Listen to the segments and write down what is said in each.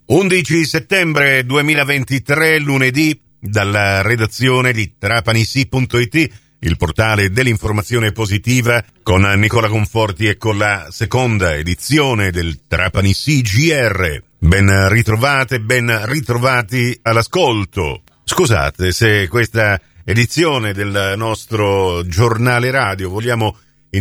11 settembre 2023, lunedì, dalla redazione di Trapanissi.it, il portale dell'informazione positiva, con Nicola Conforti e con la seconda edizione del Trapanissi GR. Ben ritrovate, ben ritrovati all'ascolto. Scusate se questa edizione del nostro giornale radio vogliamo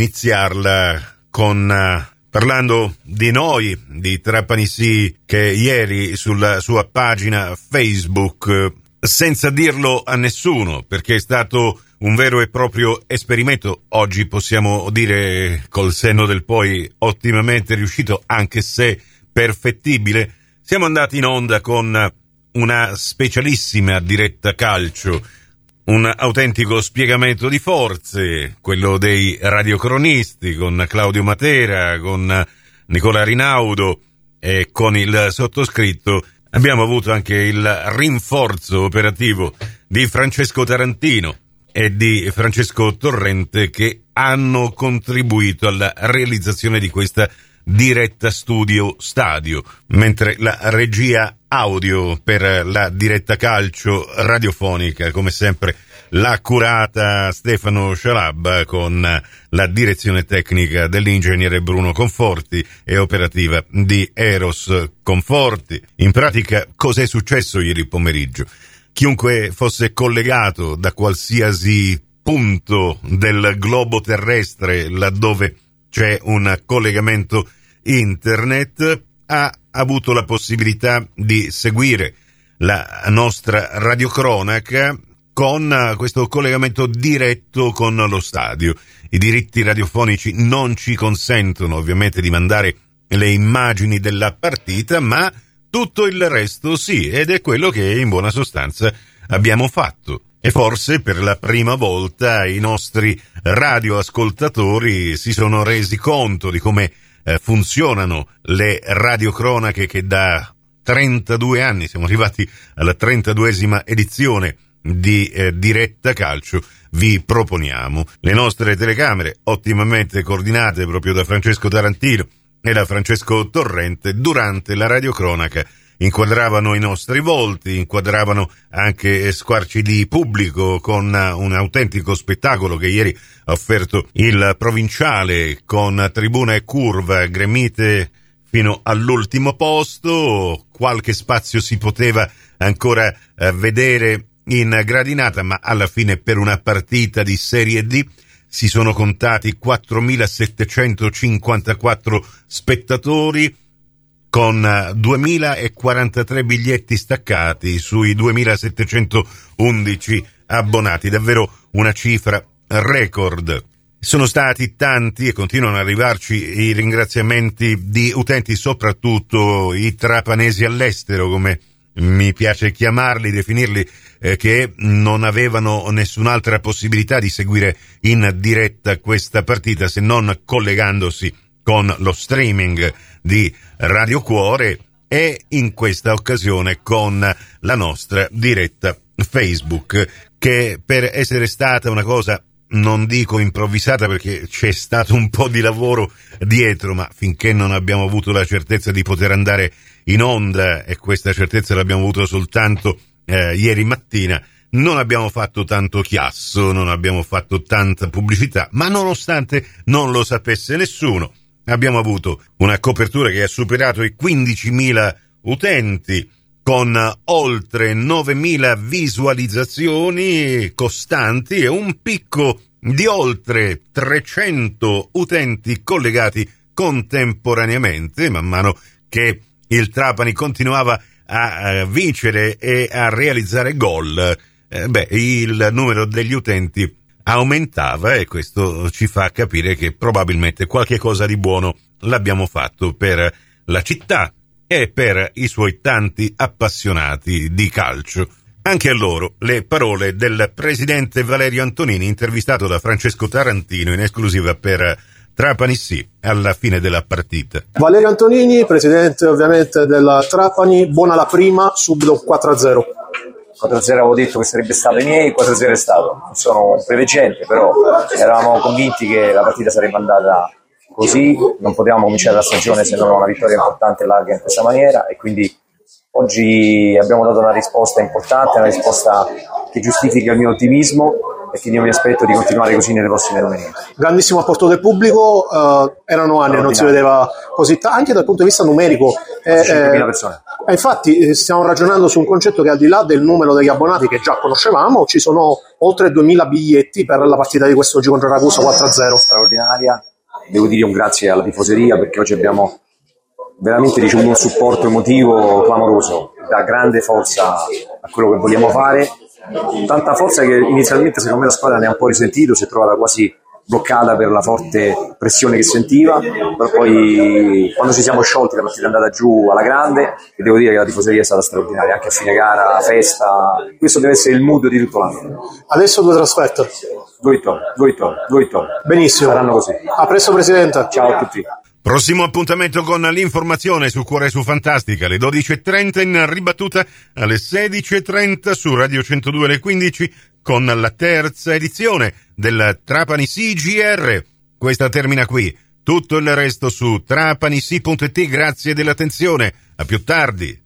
iniziarla con parlando di noi, di Trapanissi, che ieri sulla sua pagina Facebook, senza dirlo a nessuno, perché è stato un vero e proprio esperimento, oggi possiamo dire col senno del poi ottimamente riuscito, anche se perfettibile, siamo andati in onda con una specialissima diretta calcio, un autentico spiegamento di forze, quello dei radiocronisti, con Claudio Matera, con Nicola Rinaudo e con il sottoscritto. Abbiamo avuto anche il rinforzo operativo di Francesco Tarantino e di Francesco Torrente, che hanno contribuito alla realizzazione di questa diretta studio stadio, mentre la regia audio per la diretta calcio radiofonica, come sempre, l'ha curata Stefano Scialabba, con la direzione tecnica dell'ingegnere Bruno Conforti e operativa di Eros Conforti. In pratica, cos'è successo ieri pomeriggio? Chiunque fosse collegato da qualsiasi punto del globo terrestre, laddove c'è un collegamento internet, ha avuto la possibilità di seguire la nostra radiocronaca con questo collegamento diretto con lo stadio. I diritti radiofonici non ci consentono ovviamente di mandare le immagini della partita, ma tutto il resto sì, ed è quello che in buona sostanza abbiamo fatto. E forse per la prima volta i nostri radioascoltatori si sono resi conto di come funzionano le radiocronache che da 32 anni, siamo arrivati alla 32esima edizione di diretta calcio, vi proponiamo. Le nostre telecamere, ottimamente coordinate proprio da Francesco Tarantino e da Francesco Torrente, durante la radiocronaca inquadravano i nostri volti, inquadravano anche squarci di pubblico, con un autentico spettacolo che ieri ha offerto il Provinciale, con tribuna e curva gremite fino all'ultimo posto. Qualche spazio si poteva ancora vedere in gradinata, ma alla fine, per una partita di Serie D, si sono contati 4.754 spettatori, con 2.043 biglietti staccati sui 2.711 abbonati, davvero una cifra record. Sono stati tanti e continuano ad arrivarci i ringraziamenti di utenti, soprattutto i trapanesi all'estero, come mi piace chiamarli, definirli, che non avevano nessun'altra possibilità di seguire in diretta questa partita se non collegandosi con lo streaming di Radio Cuore, e in questa occasione con la nostra diretta Facebook, che per essere stata una cosa, non dico improvvisata perché c'è stato un po' di lavoro dietro, ma finché non abbiamo avuto la certezza di poter andare in onda, e questa certezza l'abbiamo avuto soltanto ieri mattina, non abbiamo fatto tanto chiasso, non abbiamo fatto tanta pubblicità, ma nonostante non lo sapesse nessuno, abbiamo avuto una copertura che ha superato i 15.000 utenti, con oltre 9.000 visualizzazioni costanti e un picco di oltre 300 utenti collegati contemporaneamente, man mano che il Trapani continuava a vincere e a realizzare gol. Il numero degli utenti aumentava, e questo ci fa capire che probabilmente qualche cosa di buono l'abbiamo fatto per la città e per i suoi tanti appassionati di calcio. Anche a loro le parole del presidente Valerio Antonini, intervistato da Francesco Tarantino in esclusiva per Trapani sì, alla fine della partita. Valerio Antonini, presidente ovviamente della Trapani, buona la prima, subito 4-0. 4-0 avevo detto che sarebbe stato i miei, 4-0 è stato. Non sono un preveggente, però eravamo convinti che la partita sarebbe andata così, non potevamo cominciare la stagione se non una vittoria importante larga in questa maniera, e quindi Oggi abbiamo dato una risposta importante, una risposta che giustifica il mio ottimismo e quindi io mi aspetto di continuare così nelle prossime domenica. Grandissimo apporto del pubblico, erano anni, non si vedeva così anche dal punto di vista numerico. 5.000 persone. Infatti stiamo ragionando su un concetto che al di là del numero degli abbonati che già conoscevamo, ci sono oltre 2.000 biglietti per la partita di quest'oggi contro Ragusa 4-0. Straordinaria, devo dire un grazie alla tifoseria perché oggi abbiamo veramente ricevuto un supporto emotivo clamoroso, dà grande forza a quello che vogliamo fare, tanta forza che inizialmente secondo me la squadra ne ha un po' risentito, si è trovata quasi bloccata per la forte pressione che sentiva, però poi quando ci siamo sciolti la partita è andata giù alla grande e devo dire che la tifoseria è stata straordinaria, anche a fine gara, festa, questo deve essere il mood di tutto l'anno. Adesso 2 trasferte. 2 vittorie. Benissimo. Saranno così. A presto Presidente. Ciao a tutti. Prossimo appuntamento con l'informazione su Cuore su Fantastica, alle 12.30 in ribattuta alle 16.30 su Radio 102 alle 15 con la terza edizione del Trapani CGR. Questa termina qui. Tutto il resto su trapanisi.it. Grazie dell'attenzione. A più tardi.